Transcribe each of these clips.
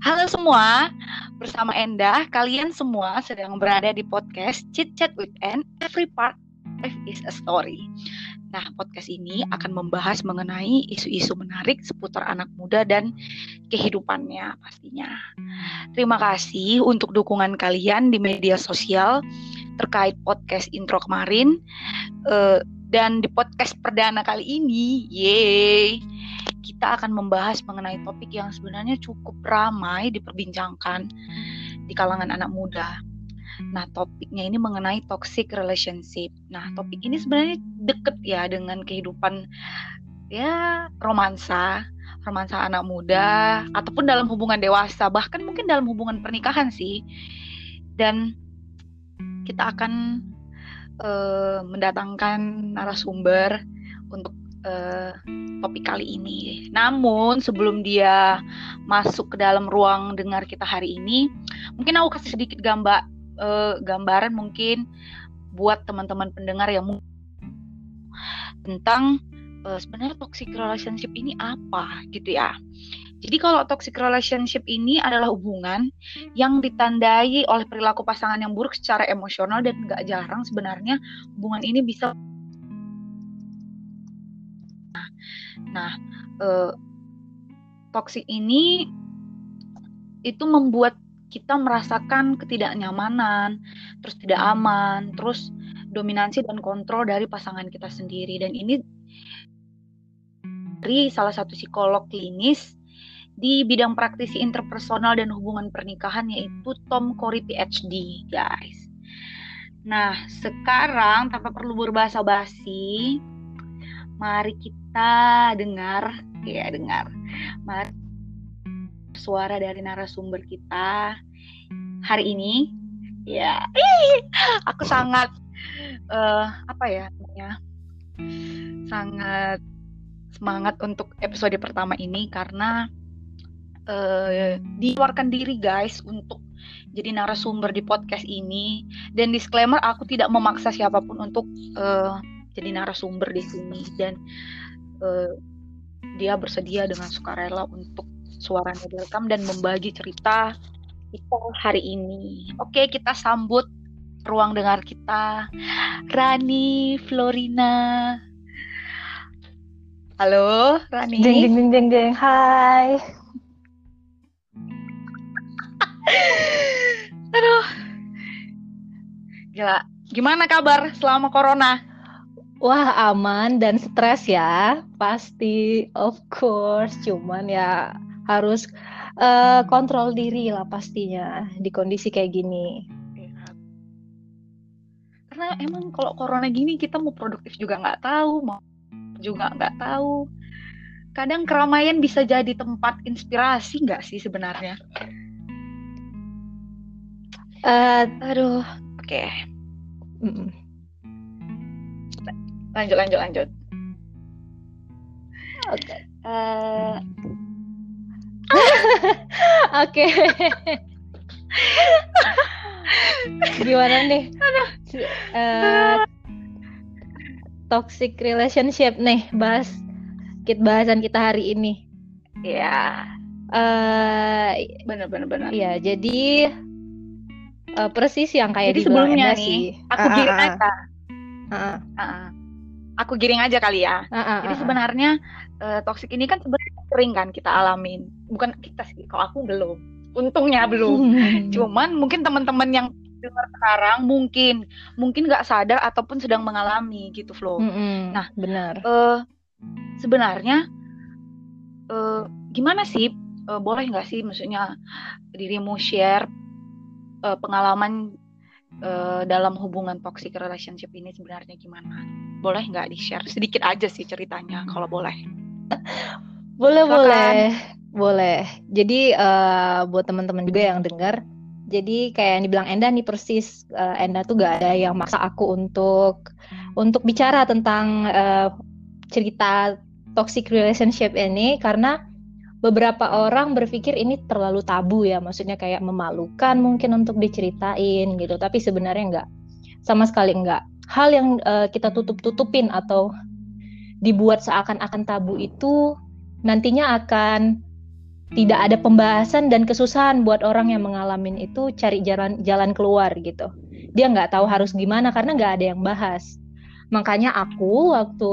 Halo semua, bersama Endah, kalian semua sedang berada di podcast Chit Chat with En, Every Part Life is a Story. Nah, podcast ini akan membahas mengenai isu-isu menarik seputar anak muda dan kehidupannya pastinya. Terima kasih untuk dukungan kalian di media sosial terkait podcast intro kemarin. Dan di podcast perdana kali ini, kita akan membahas mengenai topik yang sebenarnya cukup ramai diperbincangkan di kalangan anak muda. Nah, topiknya ini mengenai toxic relationship. Nah, topik ini sebenarnya deket ya dengan kehidupan romansa anak muda ataupun dalam hubungan dewasa, bahkan mungkin dalam hubungan pernikahan sih. Dan kita akan mendatangkan narasumber untuk topik kali ini. Namun sebelum dia masuk ke dalam ruang dengar kita hari ini, mungkin aku kasih sedikit gambaran mungkin buat teman-teman pendengar yang tentang sebenarnya toxic relationship ini apa gitu ya. Jadi kalau toxic relationship ini adalah hubungan yang ditandai oleh perilaku pasangan yang buruk secara emosional, dan gak jarang sebenarnya hubungan ini bisa toxic ini itu membuat kita merasakan ketidaknyamanan, terus tidak aman, terus dominansi dan kontrol dari pasangan kita sendiri. Dan ini dari salah satu psikolog klinis di bidang praktisi interpersonal dan hubungan pernikahan, yaitu Tom Corey PhD, guys. Nah, sekarang tanpa perlu berbahasa-basi, mari kita dengar. Mari suara dari narasumber kita hari ini. Ya, aku sangat sangat semangat untuk episode pertama ini karena dikeluarkan diri guys untuk jadi narasumber di podcast ini. Dan disclaimer, aku tidak memaksa siapapun untuk jadi narasumber di sini, dan dia bersedia dengan sukarela untuk suaranya direkam dan membagi cerita kita hari ini. Oke, kita sambut ruang dengar kita, Rani Florina. Halo Rani. Jeng. Hai. Aduh, gila. Gimana kabar selama corona? Wah, aman dan stres ya, pasti, of course. Cuman ya harus kontrol diri lah pastinya di kondisi kayak gini. Karena emang kalau corona gini kita mau produktif juga nggak tahu, mau juga nggak tahu. Kadang keramaian bisa jadi tempat inspirasi nggak sih sebenarnya? Oke. Lanjut. Oke. Oke. Gimana nih? Toxic relationship nih, bahasan kita hari ini. Ya. Benar. Ya, jadi persis yang kayak jadi dibilang sebelumnya Enda nih, sih. Aku giring aja kali ya. Jadi sebenarnya toxic ini kan sebenarnya sering kan kita alamin. Bukan kita sih, kalau aku belum. Untungnya belum. Cuman mungkin teman-teman yang dengar sekarang mungkin nggak sadar ataupun sedang mengalami gitu, Flo. Nah, benar. Sebenarnya gimana sih? Boleh nggak sih, maksudnya dirimu share pengalaman dalam hubungan toxic relationship ini sebenarnya gimana? Boleh nggak di-share sedikit aja sih ceritanya kalau boleh? Boleh. Jadi buat teman-teman juga yang dengar, jadi kayak yang dibilang Enda nih persis, Enda tuh gak ada yang maksa aku untuk bicara tentang cerita toxic relationship ini, karena beberapa orang berpikir ini terlalu tabu ya, maksudnya kayak memalukan mungkin untuk diceritain gitu, tapi sebenarnya enggak, sama sekali enggak. Hal yang kita tutup-tutupin atau dibuat seakan-akan tabu itu nantinya akan tidak ada pembahasan dan kesusahan buat orang yang mengalami itu cari jalan keluar gitu. Dia nggak tahu harus gimana karena nggak ada yang bahas. Makanya aku waktu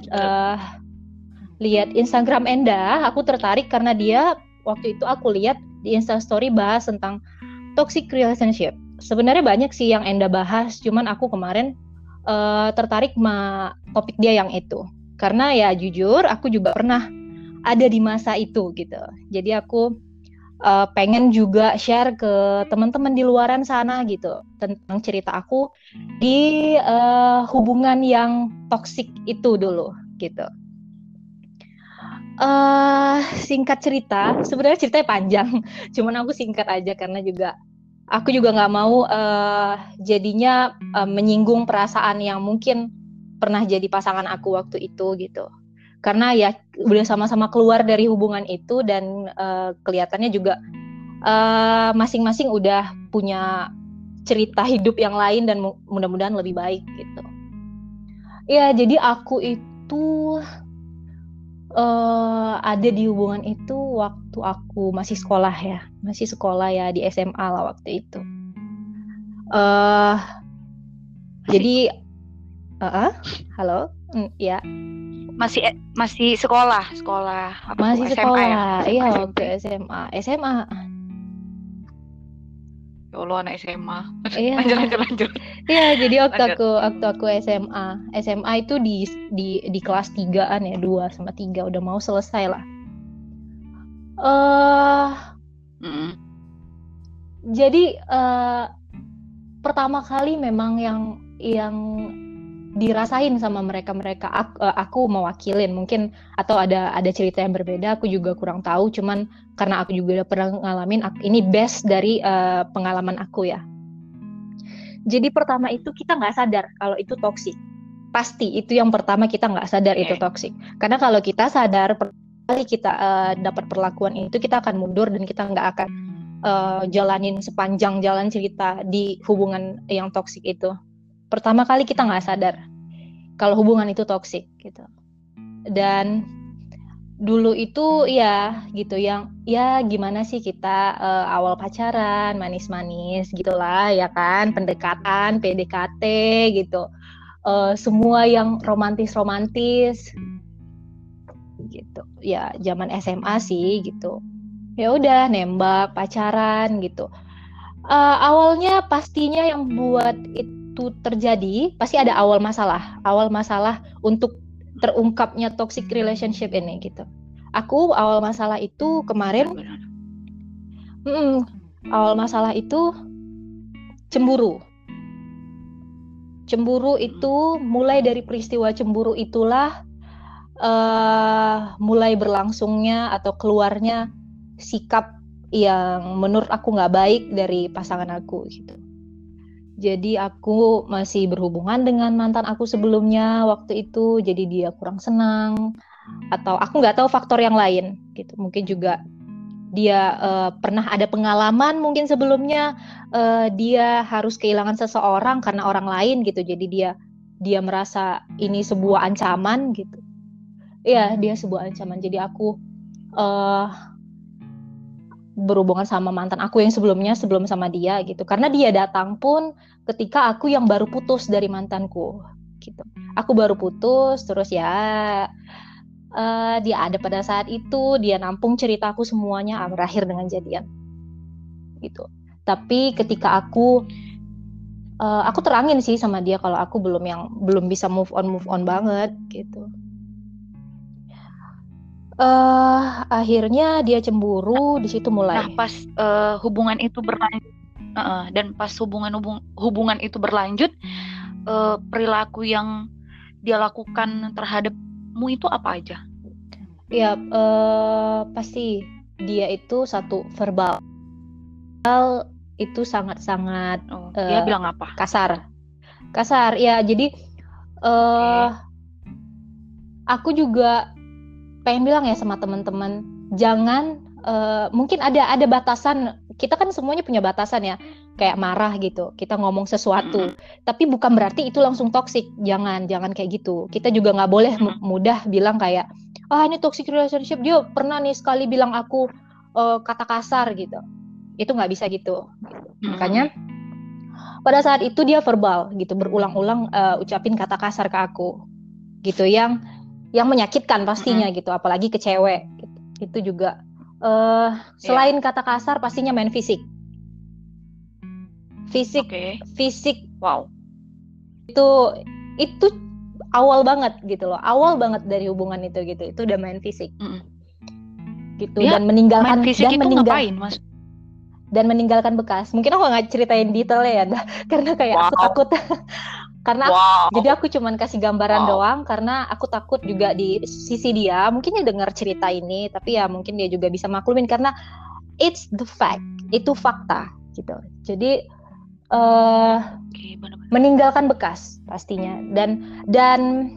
lihat Instagram Enda, aku tertarik karena dia waktu itu aku lihat di Instastory bahas tentang toxic relationship. Sebenarnya banyak sih yang Enda bahas, cuman aku kemarin tertarik sama topik dia yang itu. Karena ya jujur aku juga pernah ada di masa itu gitu. Jadi aku pengen juga share ke teman-teman di luaran sana gitu tentang cerita aku di hubungan yang toksik itu dulu gitu. Singkat cerita, sebenarnya ceritanya panjang, cuman aku singkat aja karena aku juga nggak mau jadinya menyinggung perasaan yang mungkin pernah jadi pasangan aku waktu itu gitu. Karena ya udah sama-sama keluar dari hubungan itu dan kelihatannya juga masing-masing udah punya cerita hidup yang lain dan mudah-mudahan lebih baik gitu. Ya jadi aku itu ada di hubungan itu waktu aku masih sekolah ya di SMA lah waktu itu. Jadi halo, ya. Masih sekolah Masih SMA sekolah, ya? iya waktu SMA. Ya Allah, anak SMA. Iya. Lanjut. Iya, jadi waktu aku SMA itu di kelas 3-an ya, 2 sama 3 udah mau selesai lah. Jadi pertama kali memang yang dirasain sama mereka aku mewakilin mungkin atau ada cerita yang berbeda aku juga kurang tahu, cuman karena aku juga udah pernah ngalamin ini best dari pengalaman aku ya. Jadi pertama itu kita nggak sadar kalau itu toksik, pasti itu yang pertama kita nggak sadar itu toksik, karena kalau kita sadar kali kita dapat perlakuan itu kita akan mundur dan kita nggak akan jalanin sepanjang jalan cerita di hubungan yang toksik itu. Pertama kali kita nggak sadar kalau hubungan itu toksik gitu. Dan dulu itu ya gitu yang ya gimana sih kita awal pacaran manis-manis gitulah ya kan, pendekatan PDKT gitu, semua yang romantis gitu ya, zaman SMA sih gitu. Ya udah nembak pacaran gitu. Awalnya pastinya yang buat itu terjadi pasti ada awal masalah untuk terungkapnya toxic relationship ini gitu. Aku awal masalah itu kemarin awal masalah itu cemburu itu mulai dari peristiwa cemburu itulah mulai berlangsungnya atau keluarnya sikap yang menurut aku nggak baik dari pasangan aku gitu. Jadi aku masih berhubungan dengan mantan aku sebelumnya waktu itu, jadi dia kurang senang atau aku nggak tahu faktor yang lain gitu. Mungkin juga dia pernah ada pengalaman mungkin sebelumnya dia harus kehilangan seseorang karena orang lain gitu. Jadi dia merasa ini sebuah ancaman gitu. Iya, dia sebuah ancaman. Jadi aku berhubungan sama mantan aku yang sebelum sama dia gitu, karena dia datang pun ketika aku yang baru putus dari mantanku gitu. Aku baru putus terus ya dia ada pada saat itu, dia nampung ceritaku semuanya, berakhir dengan jadian gitu. Tapi ketika aku terangin sih sama dia kalau aku belum bisa move on banget gitu. Akhirnya dia cemburu, di situ mulai. Nah, pas hubungan itu berlanjut dan pas hubungan itu berlanjut, perilaku yang dia lakukan terhadapmu itu apa aja? Ya, pasti dia itu satu verbal itu sangat-sangat dia bilang apa? Kasar ya. Jadi aku juga pengen bilang ya sama teman-teman, jangan mungkin ada batasan, kita kan semuanya punya batasan ya, kayak marah gitu, kita ngomong sesuatu, tapi bukan berarti itu langsung toksik, jangan kayak gitu. Kita juga nggak boleh mudah bilang kayak, ini toxic relationship, dia pernah nih sekali bilang aku kata kasar gitu. Itu nggak bisa gitu. Makanya pada saat itu dia verbal gitu, berulang-ulang ucapin kata kasar ke aku gitu, yang menyakitkan pastinya gitu, apalagi ke cewek gitu. Itu juga selain kata kasar pastinya main fisik. Fisik wow, itu awal banget gitu loh, awal banget dari hubungan itu gitu, itu udah main fisik gitu. Dia dan meninggalkan main fisik itu ngapain, Mas? Dan meninggalkan bekas. Mungkin aku nggak ceritain detailnya ya, karena kayak aku takut. Karena jadi aku cuman kasih gambaran doang, karena aku takut juga di sisi dia mungkin dia dengar cerita ini, tapi ya mungkin dia juga bisa maklumin karena it's the fact, itu fakta gitu. Jadi meninggalkan bekas pastinya, dan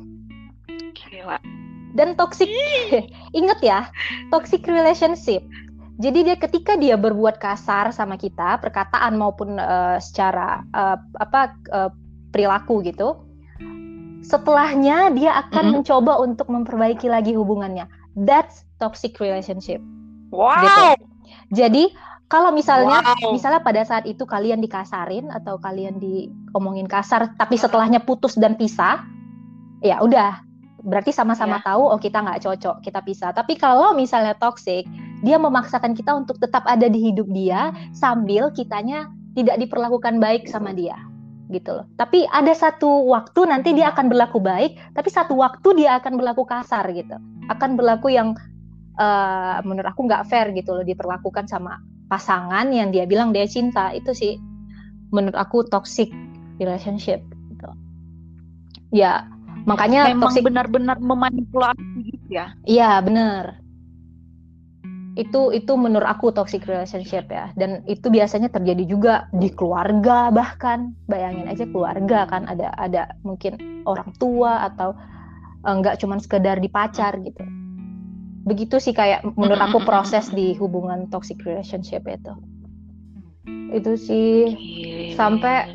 toxic. Ingat ya, toxic relationship. Jadi ketika dia berbuat kasar sama kita, perkataan maupun secara perilaku gitu, setelahnya dia akan mencoba untuk memperbaiki lagi hubungannya. That's toxic relationship. Wow. Gitu. Jadi kalau misalnya pada saat itu kalian dikasarin atau kalian diomongin kasar, tapi setelahnya putus dan pisah, ya udah, berarti sama-sama tahu kita nggak cocok, kita pisah. Tapi kalau misalnya toxic, dia memaksakan kita untuk tetap ada di hidup dia sambil kitanya tidak diperlakukan baik sama dia gitu loh. Tapi ada satu waktu nanti dia akan berlaku baik, tapi satu waktu dia akan berlaku kasar gitu, akan berlaku yang menurut aku nggak fair gitu loh, diperlakukan sama pasangan yang dia bilang dia cinta. Itu sih menurut aku toxic relationship gitu. Ya makanya memang toxic benar-benar memanipulasi gitu ya. Iya benar. Itu menurut aku toxic relationship ya. Dan itu biasanya terjadi juga di keluarga, bahkan bayangin aja keluarga kan, ada mungkin orang tua atau enggak cuma sekedar di pacar gitu. Begitu sih kayak menurut aku proses di hubungan toxic relationship itu. Itu sih sampai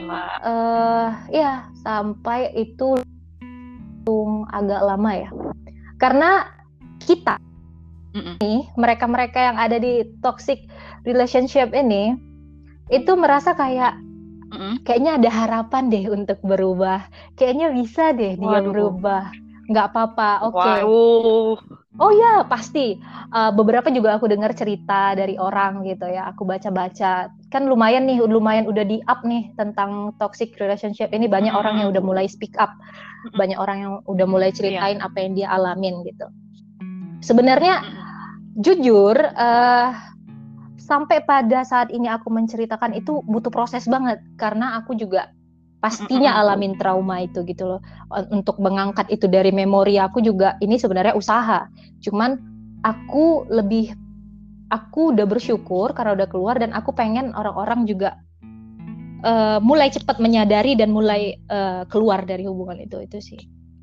sampai itu agak lama ya. Karena kita nih, mereka yang ada di toxic relationship ini itu merasa kayaknya ada harapan deh untuk berubah. Kayaknya bisa deh dia berubah. Nggak apa-apa, oke. Oh ya, pasti. Beberapa juga aku dengar cerita dari orang gitu ya. Aku baca-baca. Kan lumayan udah di-up nih tentang toxic relationship ini. Banyak orang yang udah mulai speak up. Banyak orang yang udah mulai ceritain apa yang dia alamin gitu. Sebenarnya jujur, sampai pada saat ini aku menceritakan itu butuh proses banget. Karena aku juga pastinya alamin trauma itu gitu loh. Untuk mengangkat itu dari memori aku juga, ini sebenarnya usaha. Cuman aku udah bersyukur karena udah keluar, dan aku pengen orang-orang juga mulai cepat menyadari dan mulai keluar dari hubungan itu sih.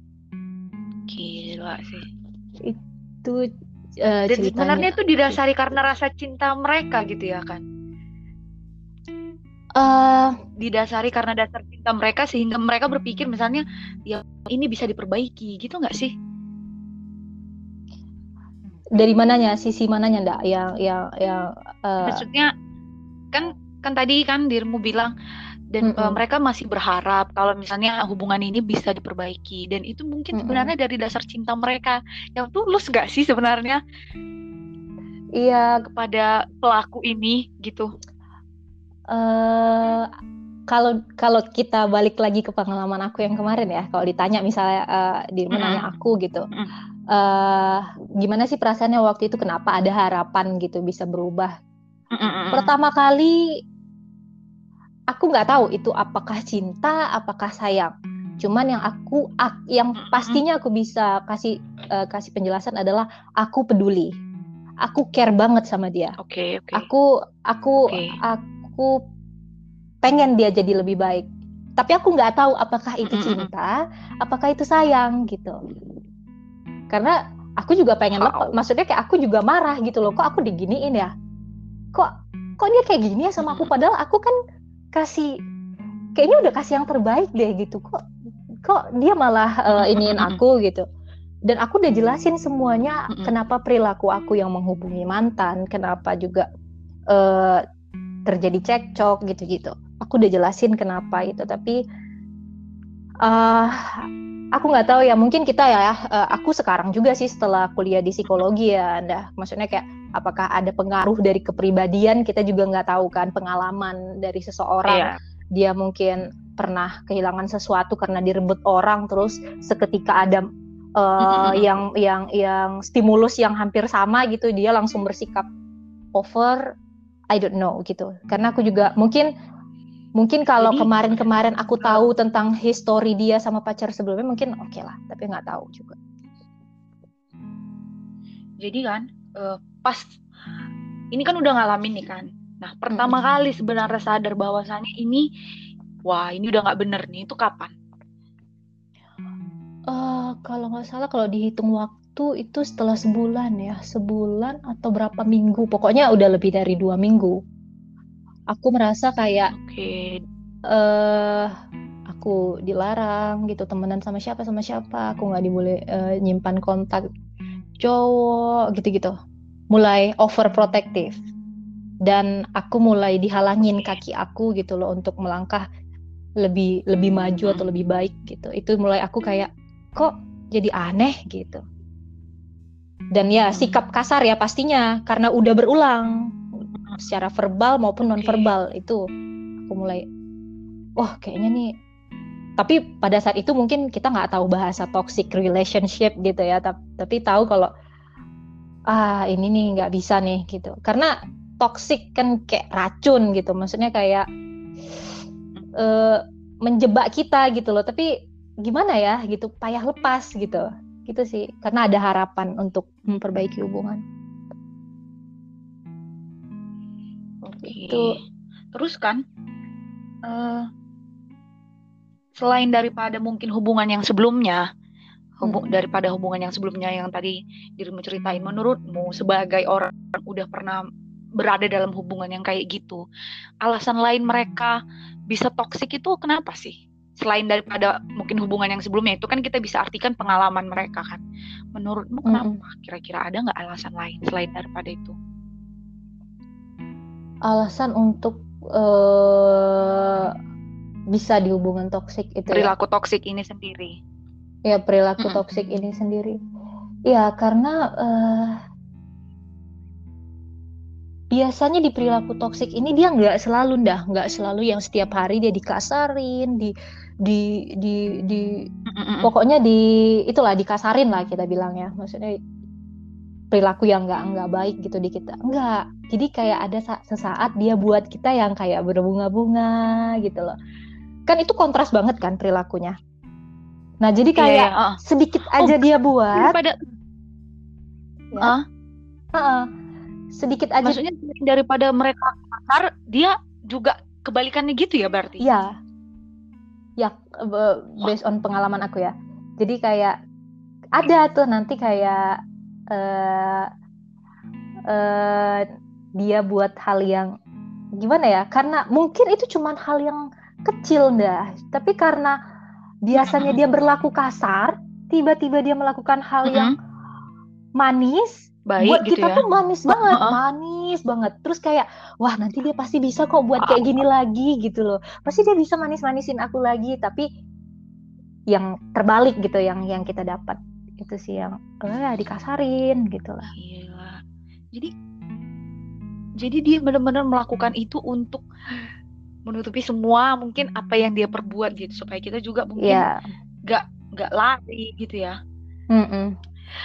Gila sih. Itu dan sebenarnya itu didasari karena rasa cinta mereka gitu ya kan? Didasari karena dasar cinta mereka sehingga mereka berpikir misalnya ya ini bisa diperbaiki gitu nggak sih? Dari mananya, sisi mananya ndak? Maksudnya kan tadi kan dirimu bilang dan mereka masih berharap kalau misalnya hubungan ini bisa diperbaiki, dan itu mungkin sebenarnya dari dasar cinta mereka yang tulus nggak sih sebenarnya? Iya, kepada pelaku ini gitu. Kalau kita balik lagi ke pengalaman aku yang kemarin ya, kalau ditanya misalnya dirimu nanya aku gitu, gimana sih perasaannya waktu itu, kenapa ada harapan gitu bisa berubah? Pertama kali aku nggak tahu itu apakah cinta, apakah sayang. Cuman yang pastinya aku bisa kasih penjelasan adalah aku peduli, aku care banget sama dia. Okay. Aku pengen dia jadi lebih baik. Tapi aku nggak tahu apakah itu cinta, apakah itu sayang gitu. Karena aku juga pengen lepas. Maksudnya kayak aku juga marah gitu loh. Kok aku diginiin ya? Kok dia kayak gini ya sama aku? Padahal aku kan kayaknya udah kasih yang terbaik deh gitu. Kok dia malah iniin aku gitu. Dan aku udah jelasin semuanya, Mm-mm. kenapa perilaku aku yang menghubungi mantan, kenapa juga terjadi cekcok gitu-gitu. Aku udah jelasin kenapa itu, tapi aku nggak tahu ya, mungkin kita aku sekarang juga sih setelah kuliah di psikologi ya, maksudnya kayak apakah ada pengaruh dari kepribadian, kita juga nggak tahu kan, pengalaman dari seseorang, Iya. dia mungkin pernah kehilangan sesuatu karena direbut orang, terus seketika ada Mm-mm. yang stimulus yang hampir sama gitu, dia langsung bersikap over. I don't know gitu, karena aku juga mungkin kalau Jadi kemarin aku eh, tahu tentang history dia sama pacar sebelumnya, mungkin oke lah, tapi nggak tahu juga. jadi kan pas ini kan udah ngalamin nih kan. Nah, pertama Mm-mm. kali sebenarnya sadar bahwasannya ini, wah ini udah nggak bener nih, itu kapan? Kalau nggak salah, kalau dihitung waktu itu setelah sebulan atau berapa minggu, pokoknya udah lebih dari 2 minggu. Aku merasa kayak Oke. eh aku dilarang gitu, temenan sama siapa, aku nggak diboleh nyimpan kontak cowok gitu-gitu, mulai overprotective, dan aku mulai dihalangin Oke. kaki aku gitu loh untuk melangkah lebih lebih maju atau lebih baik gitu. Itu mulai aku kayak, kok jadi aneh gitu. Dan ya sikap kasar ya pastinya, karena udah berulang secara verbal maupun non Oke. verbal. Itu aku mulai, wah kayaknya nih. Tapi pada saat itu mungkin kita nggak tahu bahasa toxic relationship gitu ya, tapi tahu kalau ini nih nggak bisa nih gitu, karena toxic kan kayak racun gitu, maksudnya kayak eh, menjebak kita gitu loh, tapi gimana ya gitu, payah lepas gitu sih, karena ada harapan untuk memperbaiki hubungan Oke. itu. Terus kan eh, selain daripada mungkin hubungan yang sebelumnya, daripada hubungan yang sebelumnya yang tadi dirimu ceritain, menurutmu sebagai orang yang udah pernah berada dalam hubungan yang kayak gitu, alasan lain mereka bisa toksik itu kenapa sih? Selain daripada mungkin hubungan yang sebelumnya, itu kan kita bisa artikan pengalaman mereka kan. Menurutmu kenapa? Kira-kira ada nggak alasan lain selain daripada itu? Alasan untuk bisa di hubungan toksik itu ya, Perilaku toksik ini sendiri. perilaku Mm-mm. toksik ini sendiri ya, karena biasanya di perilaku toksik ini dia nggak selalu yang setiap hari dia dikasarin, di Mm-mm. pokoknya itulah dikasarin lah kita bilang ya, maksudnya perilaku yang nggak baik gitu di kita, enggak. Jadi kayak ada sesaat dia buat kita yang kayak berbunga-bunga gitu loh, kan itu kontras banget kan perilakunya. Nah jadi Iya kayak ya. sedikit Oh, aja dia buat daripada ya, sedikit aja maksudnya daripada mereka kasar, dia juga kebalikannya gitu ya berarti? ya, Wah, based on pengalaman aku ya. Jadi kayak ada tuh nanti kayak eh eh, dia buat hal yang gimana ya, karena mungkin itu cuman hal yang kecil tapi karena biasanya dia berlaku kasar, tiba-tiba dia melakukan hal yang mm-mm. manis, Baik buat gitu kita ya. tuh manis banget, terus kayak wah nanti dia pasti bisa kok buat kayak gini lagi gitu loh, pasti dia bisa manis-manisin aku lagi, tapi yang terbalik gitu yang kita dapat itu sih yang dikasarin gitu lah. Gila. Jadi dia benar-benar melakukan itu untuk menutupi semua mungkin apa yang dia perbuat gitu supaya kita juga mungkin Ya. gak lari gitu ya. Mm-mm.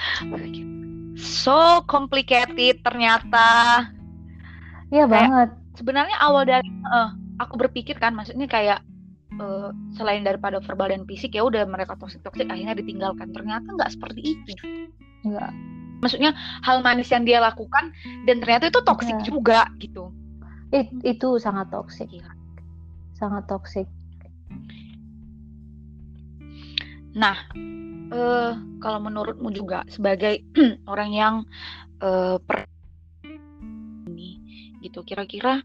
So complicated ternyata. Iya Kayak banget. sebenarnya awal dari aku berpikir kan, maksudnya kayak selain daripada verbal dan fisik ya udah mereka toksik akhirnya ditinggalkan. Ternyata nggak seperti itu. Enggak. Maksudnya hal manis yang dia lakukan dan ternyata itu toksik Iya. juga gitu. Itu sangat toksik. Gila. Sangat toksik. Nah, kalau menurutmu juga sebagai orang yang ini gitu, kira-kira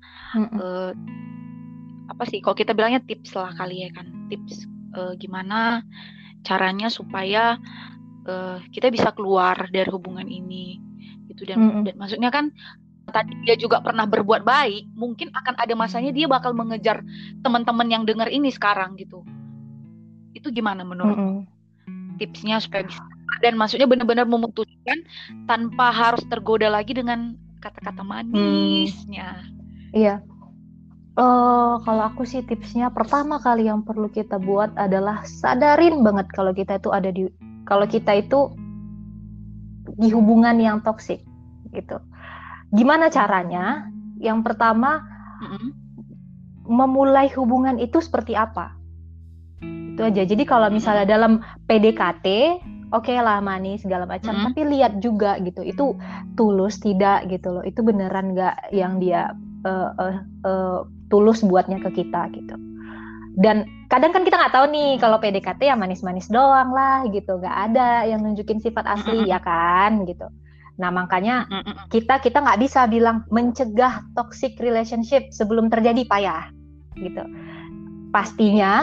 apa sih kalau kita bilangnya tips lah kali ya kan, tips gimana caranya supaya kita bisa keluar dari hubungan ini gitu. Dan maksudnya kan tadi dia juga pernah berbuat baik, mungkin akan ada masanya dia bakal mengejar teman-teman yang dengar ini sekarang gitu. Itu gimana menurutmu tipsnya supaya bisa, dan maksudnya benar-benar memutuskan tanpa harus tergoda lagi dengan kata-kata manisnya. Iya. Kalau aku sih tipsnya pertama kali yang perlu kita buat adalah sadarin banget kalau kita itu di hubungan yang toksik gitu. Gimana caranya? Yang pertama, memulai hubungan itu seperti apa? Itu aja. Jadi kalau misalnya dalam PDKT, oke lah manis segala macam, tapi lihat juga gitu, itu tulus tidak gitu loh, itu beneran nggak yang dia tulus buatnya ke kita gitu. Dan kadang kan kita nggak tahu nih kalau PDKT ya manis-manis doang lah gitu, nggak ada yang nunjukin sifat asli ya kan gitu. Nah makanya kita nggak bisa bilang mencegah toxic relationship sebelum terjadi, payah gitu. Pastinya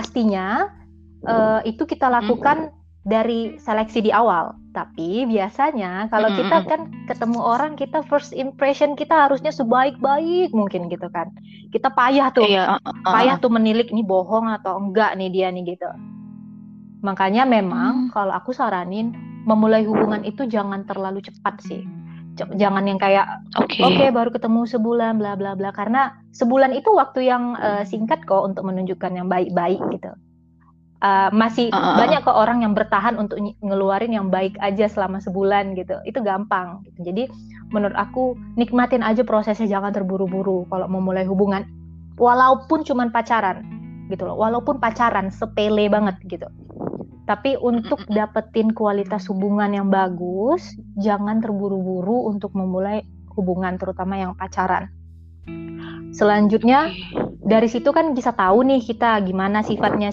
itu kita lakukan dari seleksi di awal. Tapi biasanya kalau kita kan ketemu orang, kita first impression kita harusnya sebaik-baik mungkin gitu kan. Kita payah tuh menilik nih bohong atau enggak nih dia nih gitu. Makanya memang kalau aku saranin memulai hubungan itu jangan terlalu cepat sih. Jangan yang kayak oke, baru ketemu sebulan bla bla bla, karena sebulan itu waktu yang singkat kok untuk menunjukkan yang baik-baik gitu. Masih banyak kok orang yang bertahan untuk ngeluarin yang baik aja selama sebulan gitu. Itu gampang gitu. Jadi menurut aku nikmatin aja prosesnya, jangan terburu-buru kalau memulai hubungan, walaupun cuman pacaran gitu loh. Walaupun pacaran sepele banget gitu. Tapi untuk dapetin kualitas hubungan yang bagus, jangan terburu-buru untuk memulai hubungan, terutama yang pacaran. Selanjutnya, dari situ kan bisa tahu nih kita gimana sifatnya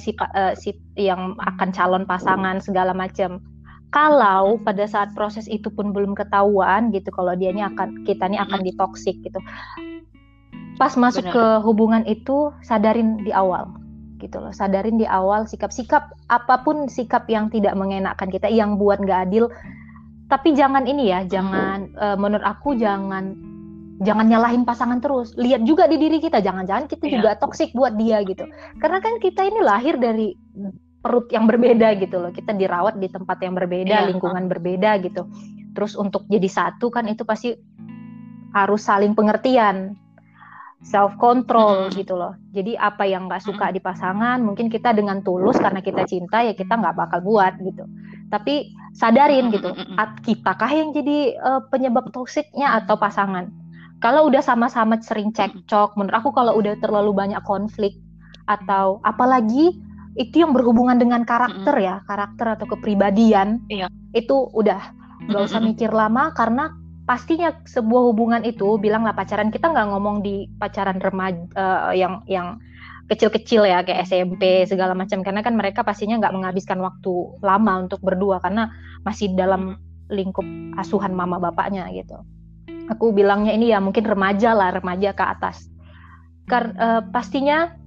yang akan calon pasangan segala macam. Kalau pada saat proses itu pun belum ketahuan gitu, kalau kita ini akan ditoksik gitu. Pas masuk ke hubungan itu, sadarin di awal. Gitu loh, sadarin di awal sikap-sikap apapun, sikap yang tidak mengenakkan kita, yang buat nggak adil. Tapi jangan menurut aku jangan nyalahin pasangan terus. Lihat juga di diri kita, jangan-jangan kita juga toksik buat dia gitu. Karena kan kita ini lahir dari perut yang berbeda gitu loh, kita dirawat di tempat yang berbeda, lingkungan berbeda gitu. Terus untuk jadi satu kan itu pasti harus saling pengertian, self control gitu loh. Jadi apa yang nggak suka di pasangan, mungkin kita dengan tulus karena kita cinta ya kita nggak bakal buat gitu. Tapi sadarin gitu, kitakah yang jadi penyebab toksiknya atau pasangan? Kalau udah sama-sama sering cekcok, menurut aku kalau udah terlalu banyak konflik, atau apalagi itu yang berhubungan dengan karakter atau kepribadian, itu udah nggak usah mikir lama, karena pastinya sebuah hubungan itu, bilanglah pacaran, kita nggak ngomong di pacaran remaja yang kecil-kecil ya kayak SMP segala macam, karena kan mereka pastinya nggak menghabiskan waktu lama untuk berdua karena masih dalam lingkup asuhan mama bapaknya gitu. Aku bilangnya ini ya mungkin remaja ke atas. Pastinya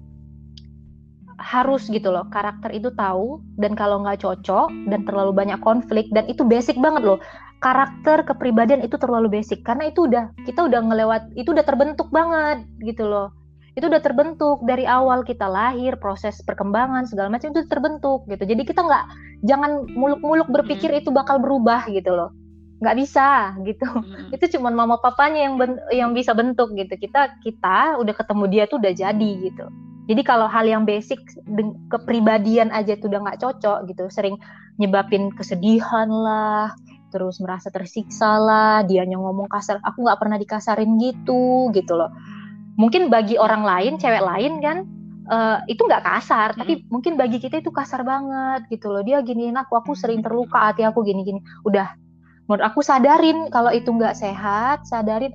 harus gitu loh, karakter itu tahu, dan kalau nggak cocok dan terlalu banyak konflik, dan itu basic banget loh, karakter kepribadian itu terlalu basic, karena itu kita udah terbentuk banget gitu loh, itu udah terbentuk dari awal kita lahir, proses perkembangan segala macam itu terbentuk gitu. Jadi kita jangan muluk-muluk berpikir itu bakal berubah gitu loh, nggak bisa gitu. Itu cuma mama papanya yang bisa bentuk gitu. Kita udah ketemu dia tuh udah jadi gitu. Jadi kalau hal yang basic kepribadian aja tuh udah nggak cocok gitu, sering nyebabin kesedihan lah, terus merasa tersiksa lah, dianya ngomong kasar, aku nggak pernah dikasarin gitu loh. Mungkin bagi orang lain, cewek lain kan itu nggak kasar, tapi mungkin bagi kita itu kasar banget gitu loh. Dia giniin aku sering terluka, hati aku gini-gini. Udah, menurut aku sadarin kalau itu nggak sehat, sadarin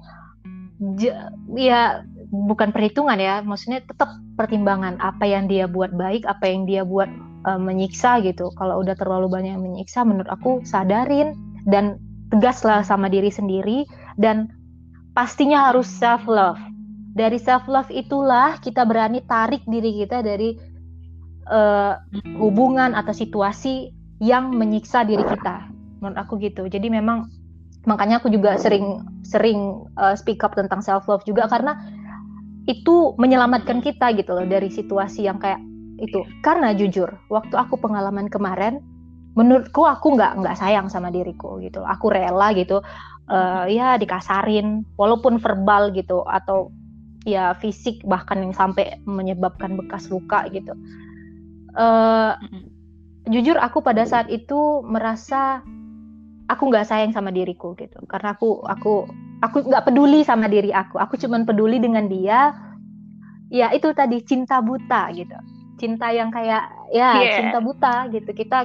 ya bukan perhitungan ya, maksudnya tetap pertimbangan apa yang dia buat baik, apa yang dia buat menyiksa gitu. Kalau udah terlalu banyak yang menyiksa, menurut aku sadarin dan tegaslah sama diri sendiri, dan pastinya harus self love. Dari self love itulah kita berani tarik diri kita dari hubungan atau situasi yang menyiksa diri kita. Menurut aku gitu. Jadi memang makanya aku juga sering speak up tentang self love juga, karena itu menyelamatkan kita gitu loh dari situasi yang kayak itu. Karena jujur, waktu aku pengalaman kemarin, menurutku aku nggak sayang sama diriku gitu. Aku rela gitu, ya dikasarin, walaupun verbal gitu, atau ya fisik bahkan yang sampai menyebabkan bekas luka gitu. Jujur aku pada saat itu merasa aku nggak sayang sama diriku gitu, karena aku nggak peduli sama diri aku cuman peduli dengan dia. Ya itu tadi, cinta buta gitu, cinta yang kayak ya cinta buta gitu. Kita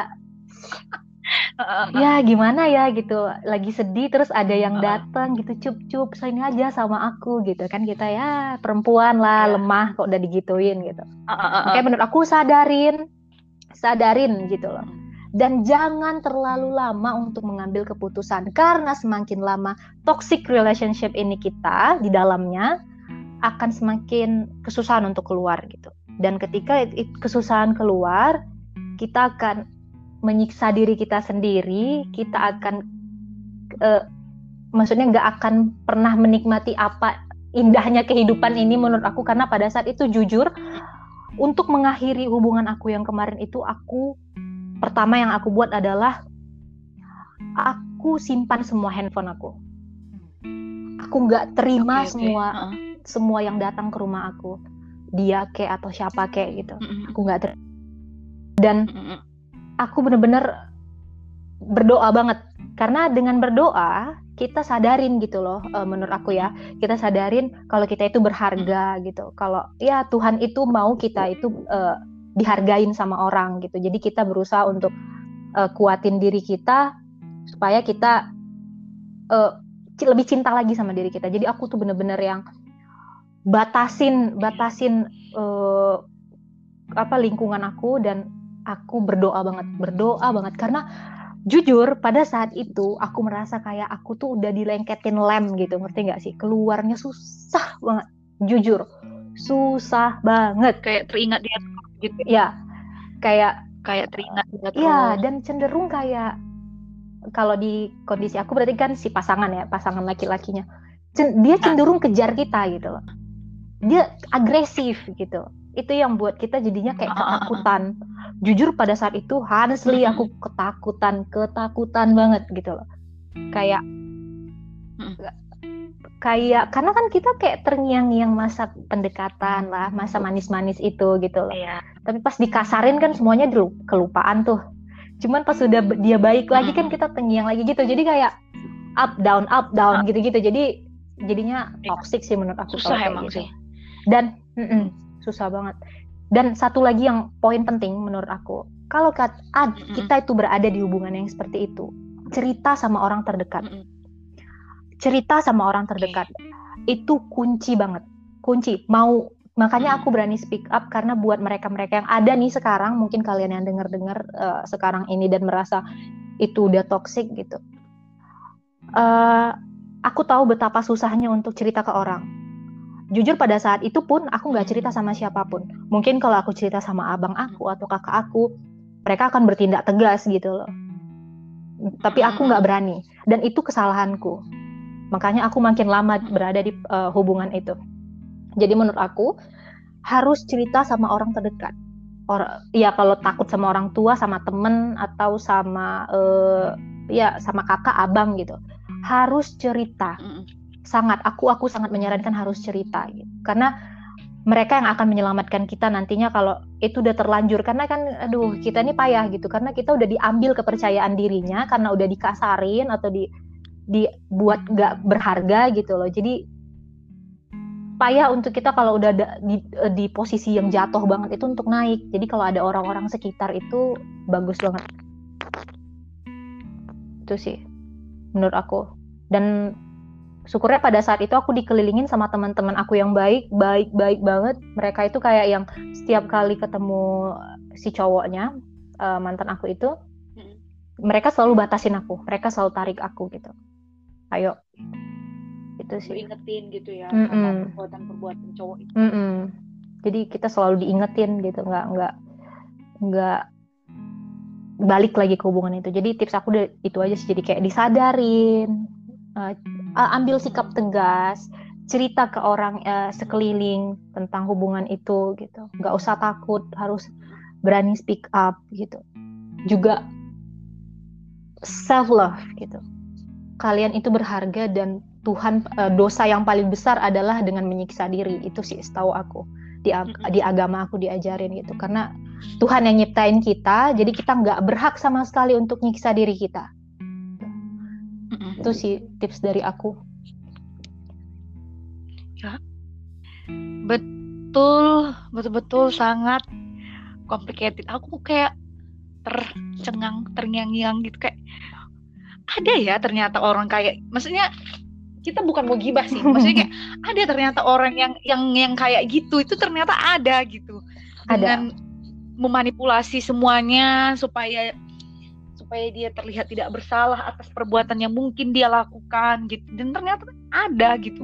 ya gimana ya gitu, lagi sedih terus ada yang datang gitu, cup sini aja sama aku gitu kan, kita ya perempuan lah, lemah kok udah digituin gitu. Makanya menurut aku sadarin gitu loh. Dan jangan terlalu lama untuk mengambil keputusan, karena semakin lama toxic relationship ini kita di dalamnya, akan semakin kesusahan untuk keluar gitu. Dan ketika kesusahan keluar, kita akan menyiksa diri kita sendiri. Kita akan maksudnya nggak akan pernah menikmati apa indahnya kehidupan ini menurut aku. Karena pada saat itu jujur, untuk mengakhiri hubungan aku yang kemarin itu, pertama yang aku buat adalah aku simpan semua handphone aku. Aku nggak terima semua yang datang ke rumah aku, dia kek atau siapa kek gitu. Aku nggak terima. Dan aku bener-bener berdoa banget, karena dengan berdoa kita sadarin gitu loh, menurut aku ya, kita sadarin kalau kita itu berharga gitu, kalau ya Tuhan itu mau kita itu dihargain sama orang gitu. Jadi kita berusaha untuk kuatin diri kita supaya kita lebih cinta lagi sama diri kita. Jadi aku tuh bener-bener yang batasin lingkungan aku, dan aku berdoa banget karena jujur pada saat itu aku merasa kayak aku tuh udah dilengketin lem gitu, ngerti nggak sih? Keluarnya susah banget, jujur susah banget. Kayak teringat dia gitu ya, kayak teringat dia terus. Ya, dan cenderung kayak, kalau di kondisi aku berarti kan si pasangan laki-lakinya, dia cenderung kejar kita gitu loh, dia agresif gitu. Itu yang buat kita jadinya kayak ketakutan. Jujur pada saat itu honestly aku ketakutan banget gitu loh. Kayak karena kan kita kayak terngiang-ngiang masa pendekatan lah, masa manis-manis itu gitu loh. Tapi pas dikasarin kan semuanya kelupaan tuh. Cuman pas sudah dia baik lagi kan kita terngiang lagi gitu. Jadi kayak up down gitu-gitu. Jadi jadinya toxic sih menurut aku. Susah emang gitu. Sih. Dan susah banget. Dan satu lagi yang poin penting menurut aku, kalau kita itu berada di hubungan yang seperti itu, cerita sama orang terdekat. Itu kunci banget. Makanya aku berani speak up, karena buat mereka-mereka yang ada nih sekarang, mungkin kalian yang dengar sekarang ini dan merasa itu udah toxic gitu. Aku tahu betapa susahnya untuk cerita ke orang. Jujur pada saat itu pun aku nggak cerita sama siapapun. Mungkin kalau aku cerita sama abang aku atau kakak aku, mereka akan bertindak tegas gitu loh. Tapi aku nggak berani, dan itu kesalahanku. Makanya aku makin lama berada di hubungan itu. Jadi menurut aku harus cerita sama orang terdekat. Ya kalau takut sama orang tua, sama temen, atau sama sama kakak, abang gitu, harus cerita. Aku sangat menyarankan harus cerita gitu. Karena mereka yang akan menyelamatkan kita nantinya kalau itu udah terlanjur. Karena kan kita ini payah gitu, karena kita udah diambil kepercayaan dirinya, karena udah dikasarin atau dibuat gak berharga gitu loh. Jadi payah untuk kita kalau udah di posisi yang jatuh banget itu untuk naik. Jadi kalau ada orang-orang sekitar itu bagus banget. Itu sih menurut aku. Dan syukurnya pada saat itu aku dikelilingin sama teman-teman aku yang baik banget. Mereka itu kayak yang setiap kali ketemu si cowoknya, mantan aku itu, mereka selalu batasin aku, mereka selalu tarik aku gitu. Ayo, itu sih. Diingetin gitu ya sama perbuatan cowok itu. Jadi kita selalu diingetin gitu, nggak balik lagi ke hubungan itu. Jadi tips aku itu aja sih, jadi kayak disadarin, ambil sikap tegas, cerita ke orang sekeliling tentang hubungan itu gitu. Nggak usah takut, harus berani speak up gitu. Juga self love gitu. Kalian itu berharga dan Tuhan, dosa yang paling besar adalah dengan menyiksa diri. Itu sih setahu aku di agama aku diajarin gitu. Karena Tuhan yang nyiptain kita, jadi kita nggak berhak sama sekali untuk nyiksa diri kita. Itu sih tips dari aku. Ya, betul sangat complicated. Aku kayak terngiang-ngiang gitu, kayak ada ya ternyata orang kayak, maksudnya kita bukan mau gibah sih, maksudnya kayak ada ternyata orang yang kayak gitu, itu ternyata ada gitu, dengan memanipulasi semuanya supaya dia terlihat tidak bersalah atas perbuatan yang mungkin dia lakukan gitu, dan ternyata ada gitu.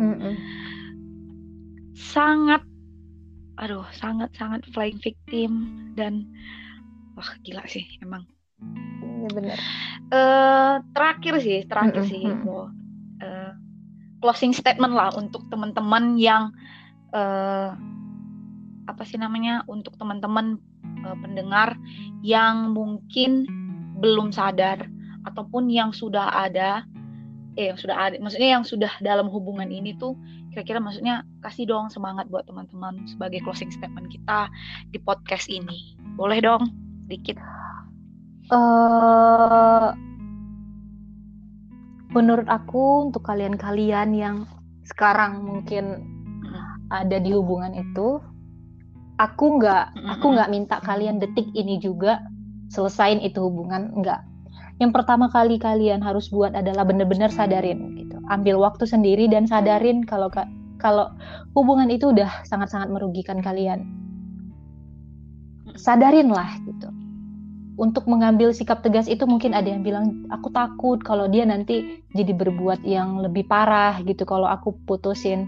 Sangat flying victim, dan wah gila sih emang. Ya, benar. Terakhir sih itu closing statement lah untuk teman-teman yang untuk teman-teman pendengar yang mungkin belum sadar ataupun yang sudah ada, maksudnya yang sudah dalam hubungan ini tuh, kira-kira maksudnya kasih dong semangat buat teman-teman sebagai closing statement kita di podcast ini. Boleh dong sedikit. Menurut aku, untuk kalian-kalian yang sekarang mungkin ada di hubungan itu, aku nggak minta kalian detik ini juga selesain itu hubungan, enggak. Yang pertama kali kalian harus buat adalah benar-benar sadarin gitu. Ambil waktu sendiri dan sadarin kalau hubungan itu udah sangat-sangat merugikan kalian. Sadarin lah gitu. Untuk mengambil sikap tegas itu mungkin ada yang bilang, aku takut kalau dia nanti jadi berbuat yang lebih parah gitu kalau aku putusin.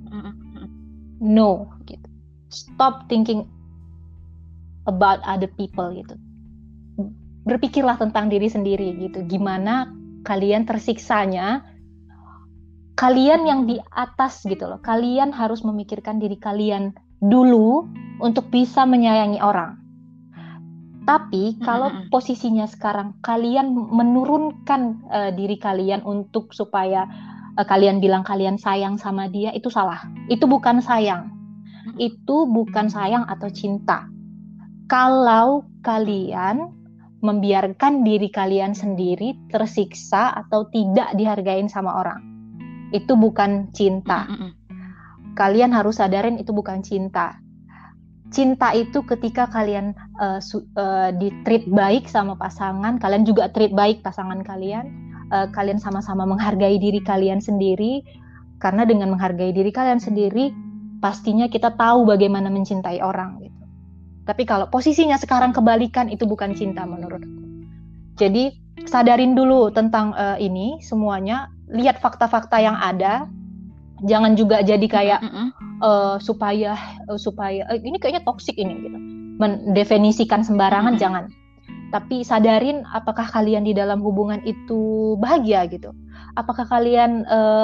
No gitu. Stop thinking about other people gitu. Berpikirlah tentang diri sendiri gitu. Gimana kalian tersiksanya, kalian yang di atas gitu loh. Kalian harus memikirkan diri kalian dulu untuk bisa menyayangi orang. Tapi kalau posisinya sekarang kalian menurunkan diri kalian untuk supaya kalian bilang kalian sayang sama dia, itu salah. Itu bukan sayang. Itu bukan sayang atau cinta. Kalau kalian membiarkan diri kalian sendiri tersiksa atau tidak dihargain sama orang, itu bukan cinta. Kalian harus sadarin itu bukan cinta. Cinta itu ketika kalian di-treat baik sama pasangan, kalian juga treat baik pasangan kalian, kalian sama-sama menghargai diri kalian sendiri, karena dengan menghargai diri kalian sendiri, pastinya kita tahu bagaimana mencintai orang gitu. Tapi kalau posisinya sekarang kebalikan, itu bukan cinta menurut aku. Jadi sadarin dulu tentang ini semuanya, lihat fakta-fakta yang ada. Jangan juga jadi kayak supaya ini kayaknya toksik ini gitu. Mendefinisikan sembarangan jangan. Tapi sadarin apakah kalian di dalam hubungan itu bahagia gitu. Apakah kalian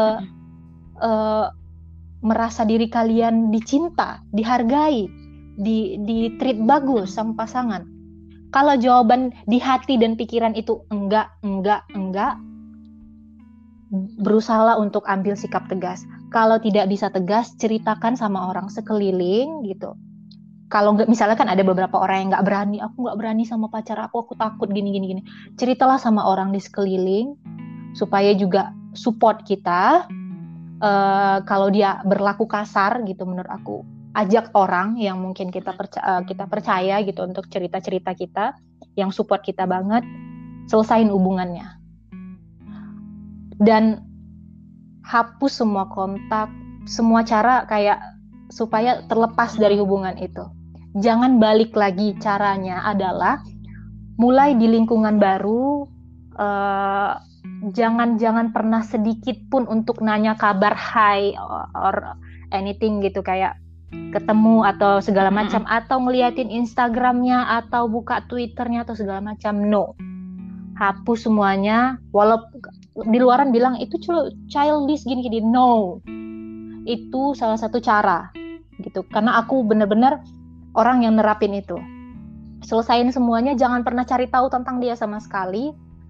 merasa diri kalian dicinta, dihargai, di-treat bagus sama pasangan. Kalau jawaban di hati dan pikiran itu enggak, berusahalah untuk ambil sikap tegas. Kalau tidak bisa tegas, ceritakan sama orang sekeliling gitu. Kalau nggak, misalnya kan ada beberapa orang yang nggak berani, aku nggak berani sama pacar aku takut gini. Ceritalah sama orang di sekeliling supaya juga support kita. Kalau dia berlaku kasar gitu, menurut aku ajak orang yang mungkin kita percaya gitu untuk cerita-cerita kita, yang support kita banget, selesain hubungannya. Dan hapus semua kontak, semua cara kayak supaya terlepas dari hubungan itu. Jangan balik lagi. Caranya adalah mulai di lingkungan baru, jangan pernah sedikit pun untuk nanya kabar hi or anything gitu, kayak ketemu atau segala macam, atau ngeliatin Instagramnya atau buka Twitternya atau segala macam. No, hapus semuanya. Walaupun di luaran bilang itu childish gini-gini, no, itu salah satu cara gitu. Karena aku benar-benar orang yang nerapin itu. Selesain semuanya, jangan pernah cari tahu tentang dia sama sekali.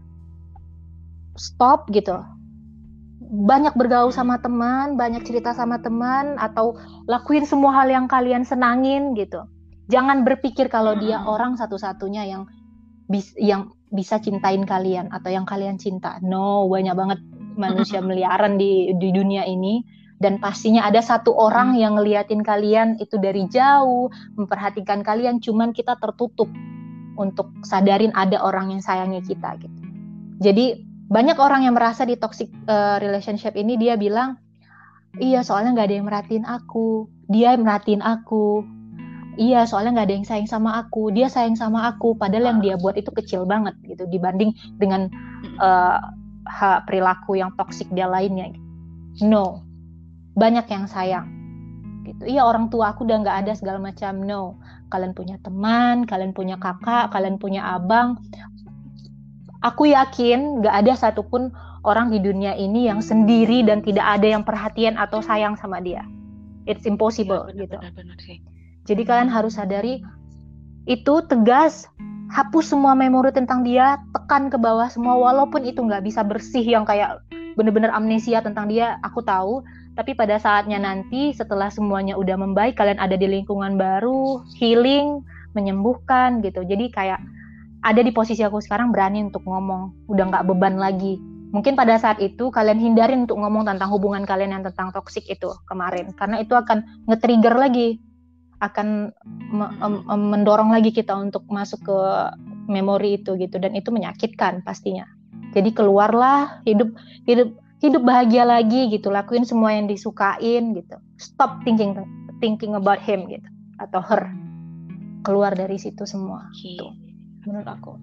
Stop gitu. Banyak bergaul sama teman, banyak cerita sama teman, atau lakuin semua hal yang kalian senangin gitu. Jangan berpikir kalau dia orang satu-satunya yang bisa cintain kalian atau yang kalian cinta. No, banyak banget manusia miliaran di dunia ini, dan pastinya ada satu orang yang ngeliatin kalian itu dari jauh, memperhatikan kalian. Cuman kita tertutup untuk sadarin ada orang yang sayangi kita gitu. Jadi banyak orang yang merasa di toxic relationship ini, dia bilang, iya soalnya gak ada yang merhatiin aku, dia merhatiin aku, iya soalnya gak ada yang sayang sama aku, dia sayang sama aku, padahal yang dia buat itu kecil banget gitu dibanding dengan perilaku yang toxic dia lainnya. No, banyak yang sayang gitu. Iya orang tua aku udah gak ada segala macam. No, kalian punya teman, kalian punya kakak, kalian punya abang. Aku yakin gak ada satupun orang di dunia ini yang sendiri dan tidak ada yang perhatian atau sayang sama dia. It's impossible ya, gitu. Benar sih. Jadi kalian harus sadari itu, tegas, hapus semua memori tentang dia, tekan ke bawah semua, walaupun itu gak bisa bersih yang kayak benar-benar amnesia tentang dia, aku tahu. Tapi pada saatnya nanti, setelah semuanya udah membaik, kalian ada di lingkungan baru, healing, menyembuhkan gitu. Jadi kayak ada di posisi aku sekarang, berani untuk ngomong, udah gak beban lagi. Mungkin pada saat itu kalian hindarin untuk ngomong tentang hubungan kalian yang tentang toksik itu kemarin, karena itu akan nge-trigger lagi, akan mendorong lagi kita untuk masuk ke memori itu gitu, dan itu menyakitkan pastinya. Jadi keluarlah, hidup bahagia lagi gitu, lakuin semua yang disukain gitu. Stop thinking about him gitu atau her. Keluar dari situ semua. Tuh, menurut aku.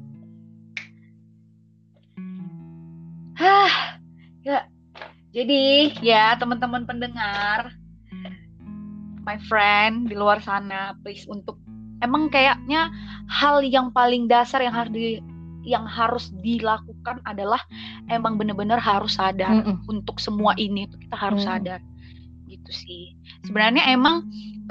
Ya. Jadi ya teman-teman pendengar, my friend di luar sana, please, untuk emang kayaknya hal yang paling dasar yang harus dilakukan adalah emang benar-benar harus sadar untuk semua ini, kita harus sadar gitu sih. Sebenarnya emang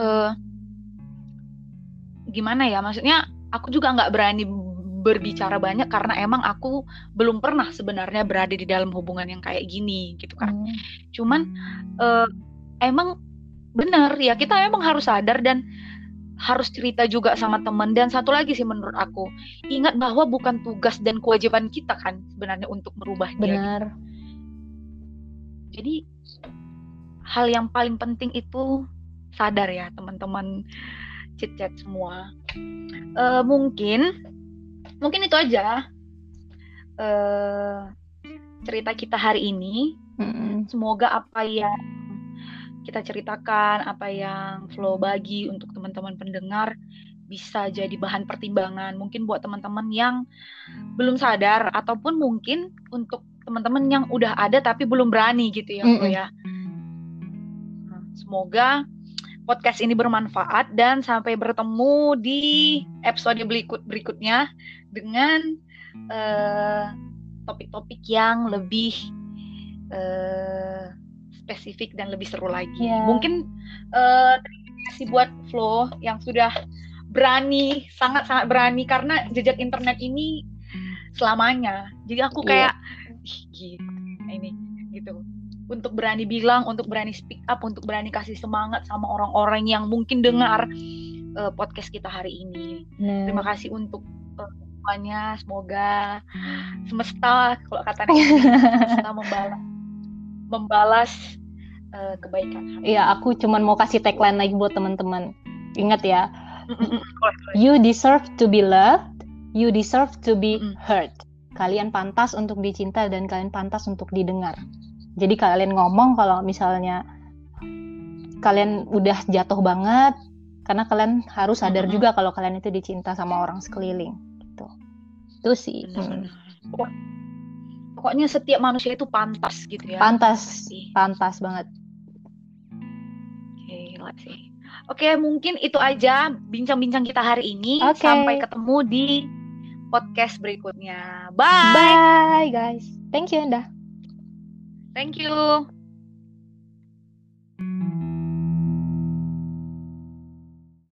gimana ya, maksudnya aku juga nggak berani berbicara banyak karena emang aku belum pernah sebenarnya berada di dalam hubungan yang kayak gini gitu kan. Cuman emang benar ya, kita emang harus sadar dan harus cerita juga sama teman. Dan satu lagi sih menurut aku, ingat bahwa bukan tugas dan kewajiban kita kan sebenarnya untuk merubah dia. Benar. Jadi hal yang paling penting itu sadar ya teman-teman chit-chat semua. Mungkin itu aja cerita kita hari ini. Semoga apa yang kita ceritakan, apa yang Flo bagi untuk teman-teman pendengar bisa jadi bahan pertimbangan. Mungkin buat teman-teman yang belum sadar, ataupun mungkin untuk teman-teman yang udah ada tapi belum berani gitu ya Flo ya. Semoga podcast ini bermanfaat dan sampai bertemu di episode berikutnya dengan topik-topik yang lebih spesifik dan lebih seru lagi. Mungkin terima kasih buat Flo yang sudah berani, sangat-sangat berani, karena jejak internet ini selamanya. Jadi aku kayak gitu ini gitu. Untuk berani bilang, untuk berani speak up, untuk berani kasih semangat sama orang-orang yang mungkin dengar podcast kita hari ini. Terima kasih untuk semuanya. Semoga semesta, kalau kata semesta membalas kebaikan. Iya, aku cuman mau kasih tagline lagi buat teman-teman. Ingat ya, you deserve to be loved, you deserve to be heard. Kalian pantas untuk dicinta dan kalian pantas untuk didengar. Jadi kalian ngomong kalau misalnya kalian udah jatuh banget, karena kalian harus sadar juga kalau kalian itu dicinta sama orang sekeliling. Gitu. Itu sih. Pokoknya setiap manusia itu pantas gitu ya. Pantas banget. Oke, let's see. Oke, mungkin itu aja bincang-bincang kita hari ini. Oke. Sampai ketemu di podcast berikutnya. Bye. Bye guys. Thank you Enda. Thank you.